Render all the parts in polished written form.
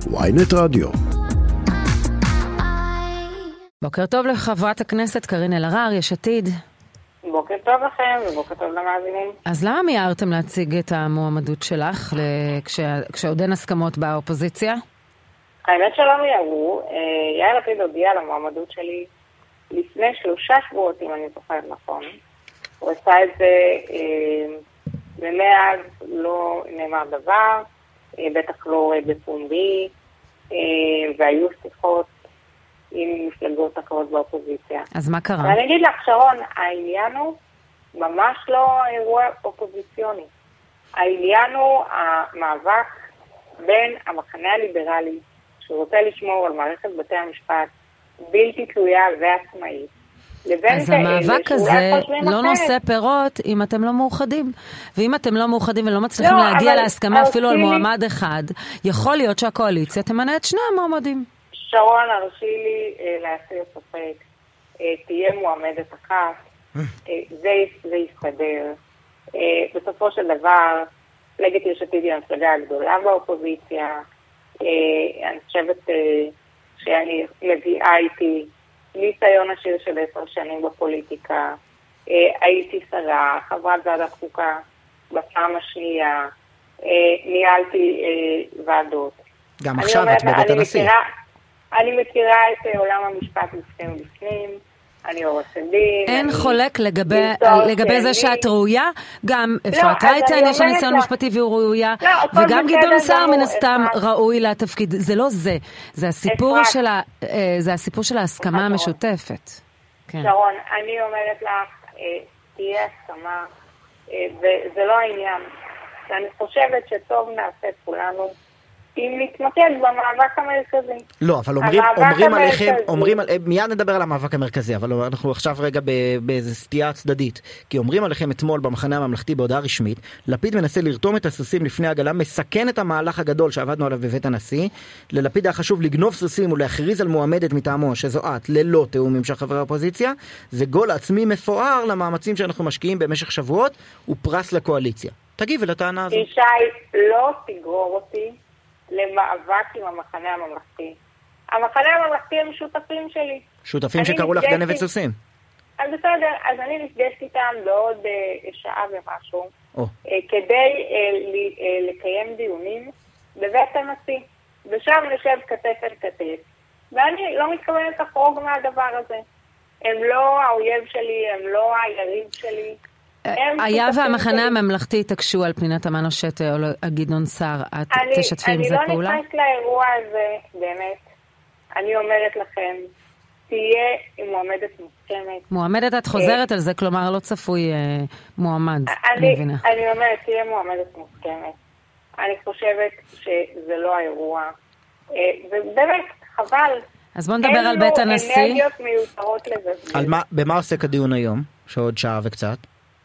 ynet רדיו. בוקר טוב לחברת הכנסת קארין אלהרר, יש עתיד. בוקר טוב לכם ובוקר טוב למאזינים. אז למה מיהרתם להציג את המועמדות שלך כשעוד אין הסכמות באופוזיציה? האמת שלא מיהרו. יאיר לפיד הודיע על המועמדות שלי לפני 3 שבועות, אם אני זוכרת נכון. הוא עשה את זה, ומאז לא נאמר דבר, בטח לא בפומבי, והיו שיחות עם מפלגות אחרות באופוזיציה. אז מה קרה? ואני אגיד לך, שרון, העניין הוא ממש לא אירוע אופוזיציוני. העניין הוא המאבק בין המחנה הליברלי, שרוצה לשמור על מערכת בתי המשפט בלתי תלויה ועצמאית, אז המאבק הזה לא נושא פירות אם אתם לא מאוחדים. ואם אתם לא מאוחדים ולא מצליחים להגיע להסכמה אפילו על מועמד אחד, יכול להיות שהקואליציה תמנה את שני המועמדים. שרון, הרשי לי להסיר ספק, תהיה מועמדת אחת, זה יסתדר. בסופו של דבר, מפלגת יש עתיד היא המפלגה הגדולה באופוזיציה. אני חושבת שאני מביאה איתי ניסיון עשיר של 10 שנים בפוליטיקה. הייתי שרה, חברת ועדת חוקה בפעם השנייה, ניהלתי ועדות. גם עכשיו את בבית הנשיא. אני מכירה את עולם המשפט לפני ובפנים, אני עורכת דין. אין חולק לגבי זה שאת ראויה, גם אפרת רייטן יש ניסיון משפטי והוא ראויה, וגם גדעון סער מן הסתם ראוי לתפקיד. זה לא זה, זה הסיפור של ההסכמה המשותפת. שרון, אני אומרת לך, תהיה הסכמה, וזה לא העניין. אני חושבת שטוב נעשה כולנו, אם נתמקד במאבק המרכזי. לא, אבל אומרים עליכם, מיד נדבר על המאבק המרכזי, אבל אנחנו עכשיו רגע באיזו סטייה צדדית, כי אומרים עליכם אתמול במחנה הממלכתי בהודעה רשמית, לפיד מנסה לרתום את הסוסים לפני הגלה, מסכן את המהלך הגדול שעבדנו עליו בבית הנשיא, ללפיד היה חשוב לגנוב סוסים ולהכריז על מועמדת מטעמו שזו את, ללא תאומים של חברי האופוזיציה, זה גול עצמי מפואר למאמצים שאנחנו משקיעים במשך שבועות, ופרס לקואליציה. תגיבי לטענה הזו. ישי, לא תגרור אותי למאבק עם המחנה הממלכתי. המחנה הממלכתי הם שותפים שלי. שותפים שקראו לך גנבת סוסים. אז בסדר, אז אני נפגשת איתם בעוד שעה ומשהו, כדי לקיים דיונים בבית הנשיא. ושם נשב כתף אל כתף. ואני לא מתכוונת לחרוג מהדבר הזה. הם לא האויב שלי, הם לא היריב שלי. היה והמחנה הממלכתי תקשו על פנינה תמנו שטה או גדעון סער, את תשתפי עם זה פעולה? אני לא נכנס לאירוע הזה, באמת. אני אומרת לכם, תהיה עם מועמדת מוסכמת. מועמדת את חוזרת על זה, כלומר לא צפוי מועמד, אני מבינה. אני אומרת, תהיה מועמדת מוסכמת. אני חושבת שזה לא האירוע. ובאמת, חבל. אז בוא נדבר על בית הנשיא. אין לו אנרגיות מיותרות לזה. במה עוסק הדיון היום? שעוד שעה וקצת?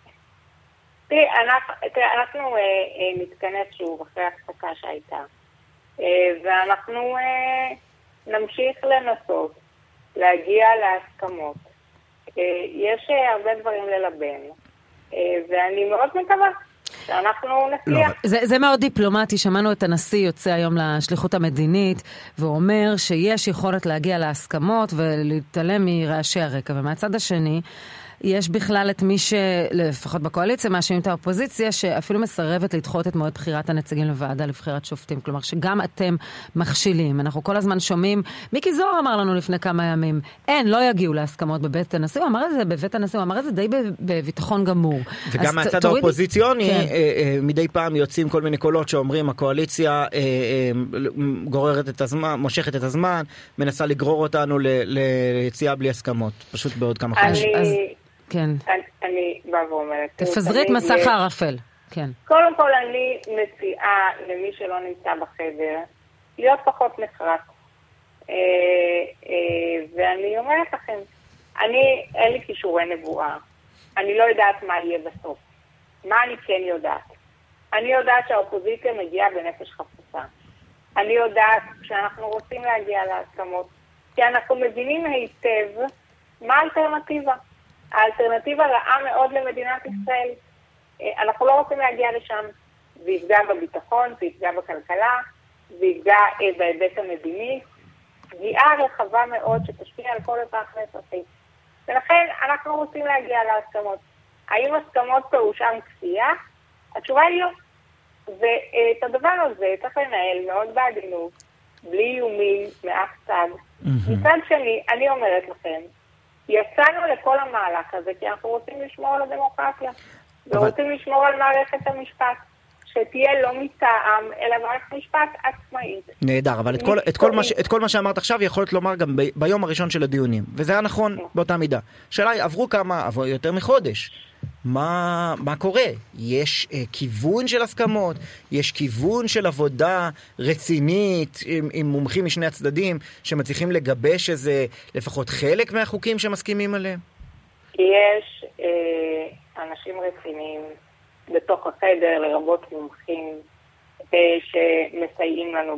אנחנו נתכנס שוב אחרי ההפסקה שהייתה, ואנחנו נמשיך לנסות להגיע להסכמות. יש הרבה דברים ללבן, ואני מאוד מקווה שאנחנו נצליח. זה מאוד דיפלומטי. שמענו את הנשיא יוצא היום לשליחות המדינית, והוא אומר שיש יכולת להגיע להסכמות ולהתעלם מרעשי הרקע, ומהצד השני יש בכלל את מי שלפחות בקואליציה מאשימים את האופוזיציה שאפילו מסרבת לדחות את מועד בחירת הנציגים לוועדה לבחירת שופטים. כלומר שגם אתם מכשילים. אנחנו כל הזמן שומעים, מיקי זוהר אמר לנו לפני כמה ימים, לא יגיעו להסכמות בבית הנשיא. הוא אמר את זה בבית הנשיא, הוא אמר את זה די בביטחון גמור. וגם מהצד האופוזיציוני, מדי פעם יוצאים כל מיני קולות שאומרים הקואליציה גוררת את הזמן, מושכת את הזמן, מנסה לגרור אותנו ליציאה בלי הסכמות. פשוט בעוד כמה חודשים. כן. אני באה ואומרת. תפזרי את מסך הערפל. כן. קודם כל אני מציעה למי שלא נמצא בחדר להיות פחות נחרץ. ואני אומרת לכם, אין לי כישורי נבואה. אני לא יודעת מה יהיה בסוף. מה אני כן יודעת? אני יודעת שהאופוזיציה מגיעה בנפש חפצה. אני יודעת שאנחנו רוצים להגיע להסכמות, כי אנחנו מבינים היטב מה האלטרנטיבה. האלטרנטיבה רעה מאוד למדינת ישראל. אנחנו לא רוצים להגיע לשם, זה יפגע בביטחון, זה יפגע בכלכלה, ויפגע בהיבט המדיני, פגיעה רחבה מאוד שתשפיע על כל אזרח ואזרחי. ולכן אנחנו רוצים להגיע להסכמות. האם הסכמות פירושן כפייה? התשובה היא לא. ואת הדבר הזה צריך לנהל מאוד בעדינות, בלי איומים מאף צד. מצד שני, אני אומרת לכם, יצאנו לכל המהלך הזה כי אנחנו רוצים לשמור על הדמוקרטיה, ורוצים לשמור על מערכת המשפט, שתהיה לא מטעם, אלא מערכת משפט עצמאית. נהדר, אבל את כל מה שאמרת עכשיו יכולת לומר גם ביום הראשון של הדיונים, וזה היה נכון באותה מידה. שאלה, עברו יותר מחודש. מה קורה? יש כיוון של הסכמות, יש כיוון של עבודה רצינית עם מומחים משני הצדדים שמצליחים לגבש איזה לפחות חלק מהחוקים שמסכימים עליהם? יש אנשים רציניים בתוך החדר, לרבות מומחים שמסייעים לנו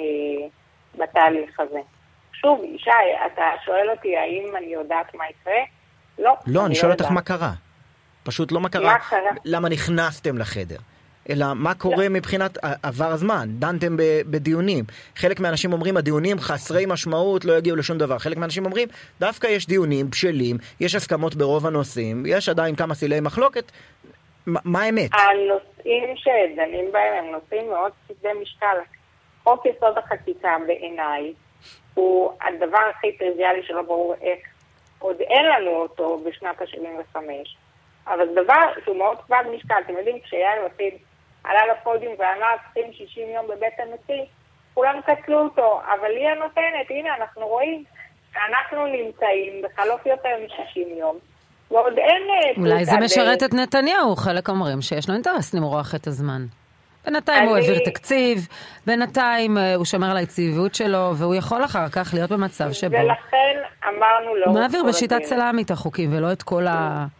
בתהליך הזה. שוב, ישי, אתה שואל אותי האם אני יודעת מה יקרה? לא, אני שואל אותך מה קרה. פשוט לא מה קרה, למה נכנסתם לחדר, אלא מה קורה מבחינת עבר הזמן, דנתם בדיונים. חלק מהאנשים אומרים, הדיונים חסרי משמעות, לא יגיעו לשום דבר. חלק מהאנשים אומרים, דווקא יש דיונים בשלים, יש הסכמות ברוב הנושאים, יש עדיין כמה סילי מחלוקת. מה האמת? הנושאים שדנים בהם הם נושאים מאוד כבדי משקל. חוק יסוד החקיקה בעיניי הוא הדבר הכי טריוויאלי שלא ברור איך עוד אין לנו אותו בשנת ה-75. אבל זה דבר שהוא מאוד כבד משקל. אתם יודעים, כשיאיר לפיד עלה לפודיום ואמר צריכים 60 יום בבית הנשיא, כולם קטלו אותו, אבל היא הנותנת, הנה אנחנו רואים שאנחנו נמצאים בחלוף יותר מ-60 יום, ועוד אין... אולי זה משרת את נתניהו, חלק אומרים שיש לו אינטרס למרוח את הזמן. בינתיים הוא העביר תקציב, בינתיים הוא שומר על היציבות שלו, והוא יכול אחר כך להיות במצב שבו... ולכן אמרנו לא... הוא מעביר בשיטת סלאמית החוקים, ולא את כל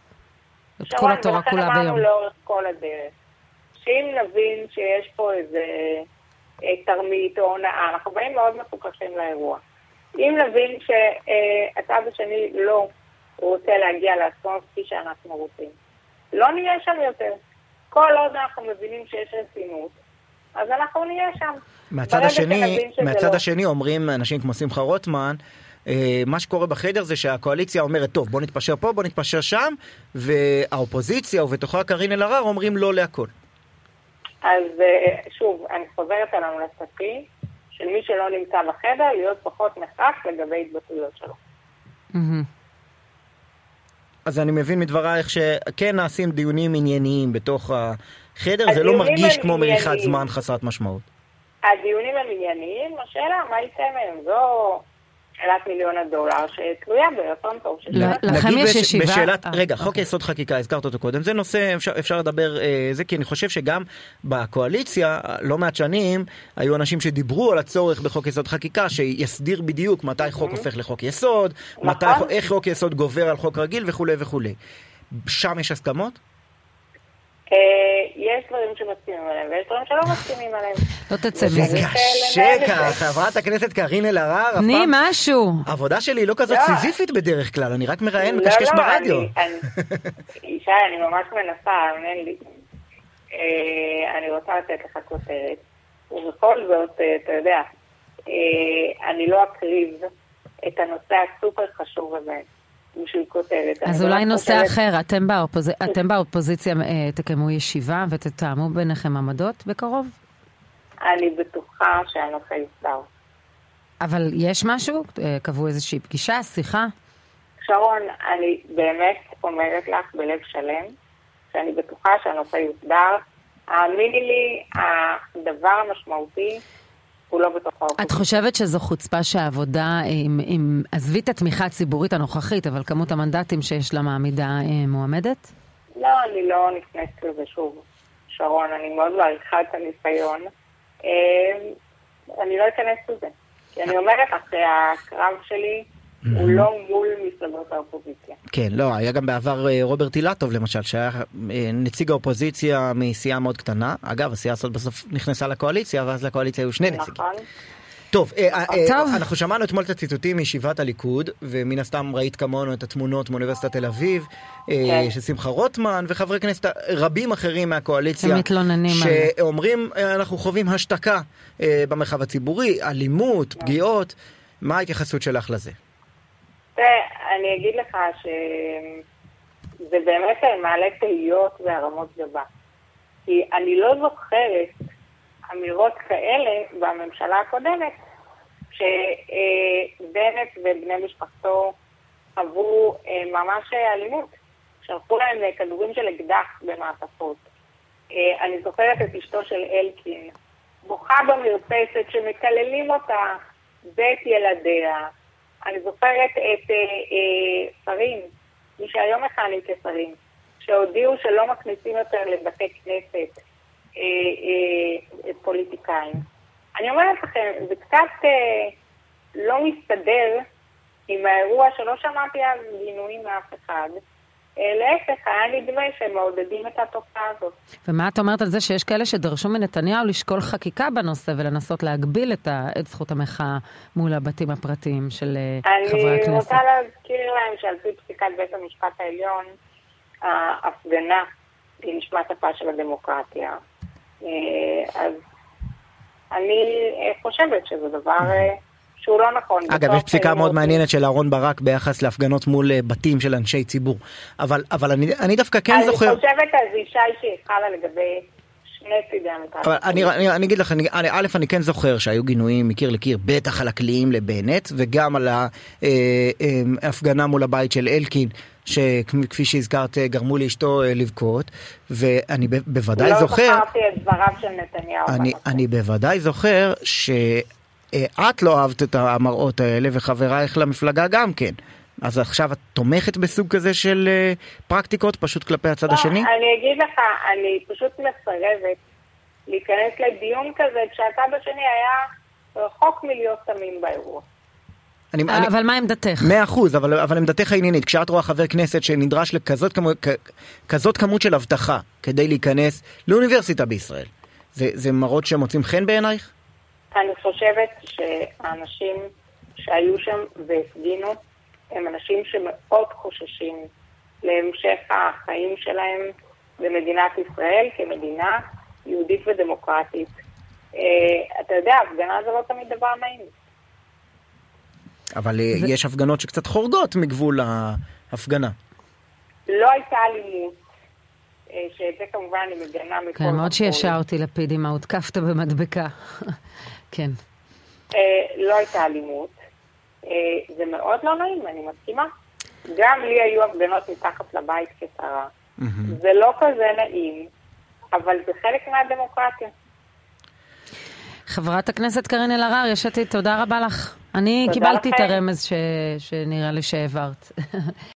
התורה כולה ביום. אמרנו לאורך כל הדרך, שאם נבין שיש פה איזה תרמית או הונאה, אנחנו באים מאוד מפוקחים לאירוע. אם נבין שהצד השני לא רוצה להגיע להסכמות כפי שאנחנו רוצים, לא נהיה שם יותר. כל עוד אנחנו מבינים שיש רצינות, אז אנחנו נהיה שם. מהצד השני אומרים אנשים כמו שמחה רוטמן, מה שקורה בחדר זה שהקואליציה אומרת, טוב, בוא נתפשר פה, בוא נתפשר שם, והאופוזיציה ובתוכה קארין אלהרר אומרים לא להכל. אז שוב, אני חוזרת על המלצתי, של מי שלא נמצא בחדר, להיות פחות נחרץ לגבי התבטאויות שלו. אז אני מבין מדברייך שכן נעשים דיונים ענייניים בתוך החדר, זה לא מרגיש כמו מריחת זמן חסרת משמעות. הדיונים הם ענייניים, השאלה מה יצא מהם, זו שאלת $1,000,000 שתלויה ברצון טוב. לכם יש ישיבה. רגע, חוק יסוד חקיקה, הזכרת אותו קודם, זה נושא, אפשר לדבר, זה כי אני חושב שגם בקואליציה, לא מעט שנים, היו אנשים שדיברו על הצורך בחוק יסוד חקיקה, שיסדיר בדיוק מתי חוק הופך לחוק יסוד, איך חוק יסוד גובר על חוק רגיל וכו' וכו'. שם יש הסכמות? יש דברים שמסכימים עליהם, ויש דברים שלא מסכימים עליהם. לא תצא מזה. זה קשה ככה, חברת הכנסת קארין אלהרר. תני משהו. העבודה שלי היא לא כזאת סיזיפית בדרך כלל, אני רק מראיין מקשקש ברדיו. אישה, אני ממש מנסה, אני רוצה לתת לך כותרת, ובכל זאת, אתה יודע, אני לא אקריב את הנושא הסופר חשוב הזה. אז אולי נושא אחר, אתם באופוזיציה תקיימו ישיבה ותתאמו ביניכם עמדות בקרוב? אני בטוחה שהנושא יסדר. אבל יש משהו? קבעו איזושהי פגישה, שיחה? שרון, אני באמת אומרת לך בלב שלם, שאני בטוחה שהנושא יסדר. האמיני לי, הדבר המשמעותי הוא לא בתוך האופוזיציה. את חושבת שזו חוצפה שהעבודה, עזבי את התמיכה הציבורית הנוכחית, אבל כמות המנדטים שיש לה מעמידה מועמדת? לא, אני לא נכנסת לזה שוב. שרון, אני מאוד מעריכה את הניסיון. אני לא אכנס לזה. כי אני אומרת לך שהקרב שלי הוא לא מול מפלגות האופוזיציה. כן, לא, היה גם בעבר רוברט אילטוב למשל, שהיה נציג האופוזיציה מסיעה מאוד קטנה. אגב, הסיעה הזאת בסוף נכנסה לקואליציה, ואז לקואליציה היו שני נציגים. טוב, אנחנו שמענו אתמול את הציטוטים מישיבת הליכוד, ומן הסתם ראית כמונו את התמונות מאוניברסיטת תל אביב, של שמחה רוטמן, וחברי כנסת רבים אחרים מהקואליציה, שאומרים, אנחנו חווים השתקה במרחב הציבורי, אלימות, פגיעות. מה ההתייחסות שלך לזה? אני אגיד לך שזה באמת מעלה תהיות והרמות גבה. כי אני לא זוכרת אמירות כאלה בממשלה הקודמת, שבנט ובני משפחתו חוו ממש אלימות. שלחו להם כדורים של אקדח במעטפות. אני זוכרת את אשתו של אלקין, בוכה במרפסת שמקללים אותה בית ילדיה. אני זוכרת את שרים, מי שהיום מכהנים כשרים, שהודיעו שלא מכניסים יותר לבתי כנסת פוליטיקאים. אני אומרת לכם, זה קצת לא מסתדר עם האירוע שלא שמעתי אז גינויים מאף אחד. להפך, היה נדמה שהם מעודדים את התופעה הזאת. ומה את אומרת על זה שיש כאלה שדרשו מנתניהו לשקול חקיקה בנושא ולנסות להגביל את זכות המחאה מול הבתים הפרטיים של חברי הכנסת? אני רוצה להזכיר להם שעל פי פסיקת בית המשפט העליון, ההפגנה היא נשמת אפה של הדמוקרטיה. אז אני חושבת שזה דבר שהוא לא נכון. אגב, יש פסיקה מאוד מעניינת של אהרון ברק ביחס להפגנות מול בתים של אנשי ציבור. אבל אני דווקא כן זוכר... אני חושבת על ישי שהתחלה לגבי שני צידי המתרס. אבל אני אגיד לך, א', אני כן זוכר שהיו גינויים מקיר לקיר, בטח על הקליים לבנט, וגם על ההפגנה מול הבית של אלקין, שכפי שהזכרת גרמו לאשתו לבכות, ואני בוודאי זוכר... לא זכרתי את דבריו של נתניהו. אני בוודאי זוכר את לא אהבת את המראות האלה, וחברייך למפלגה גם כן. אז עכשיו את תומכת בסוג כזה של פרקטיקות, פשוט כלפי הצד השני? אני אגיד לך, אני פשוט מסרבת להיכנס לדיון כזה, כשהצד השני היה רחוק מלהיות תמים באירוע. אבל מה עמדתך? 100%, אבל עמדתך העניינית. כשאת רואה חבר כנסת שנדרש לכזאת כמות של הבטחה, כדי להיכנס לאוניברסיטה בישראל, זה מראות שמוצאים חן בעינייך? אני חושבת שהאנשים שהיו שם והפגינו הם אנשים שמאוד חוששים להמשך החיים שלהם במדינת ישראל כמדינה יהודית ודמוקרטית. אתה יודע, הפגנה זה לא תמיד דבר נעים. אבל יש הפגנות שקצת חורגות מגבול ההפגנה. לא הייתה אלימות, שזה כמובן אני מגנה מכל... כן, מאוד שישר אותי לפיד אם הותקפת במדבקה. כן. לא הייתה אלימות. זה מאוד לא נעים, אני מסכימה. גם לי היו הפגנות מתחת לבית כשרה. זה לא כזה נעים, אבל זה חלק מהדמוקרטיה. חברת הכנסת קארין אלהרר, יש עתיד, תודה רבה לך. אני קיבלתי את הרמז שנראה לי שהעברת.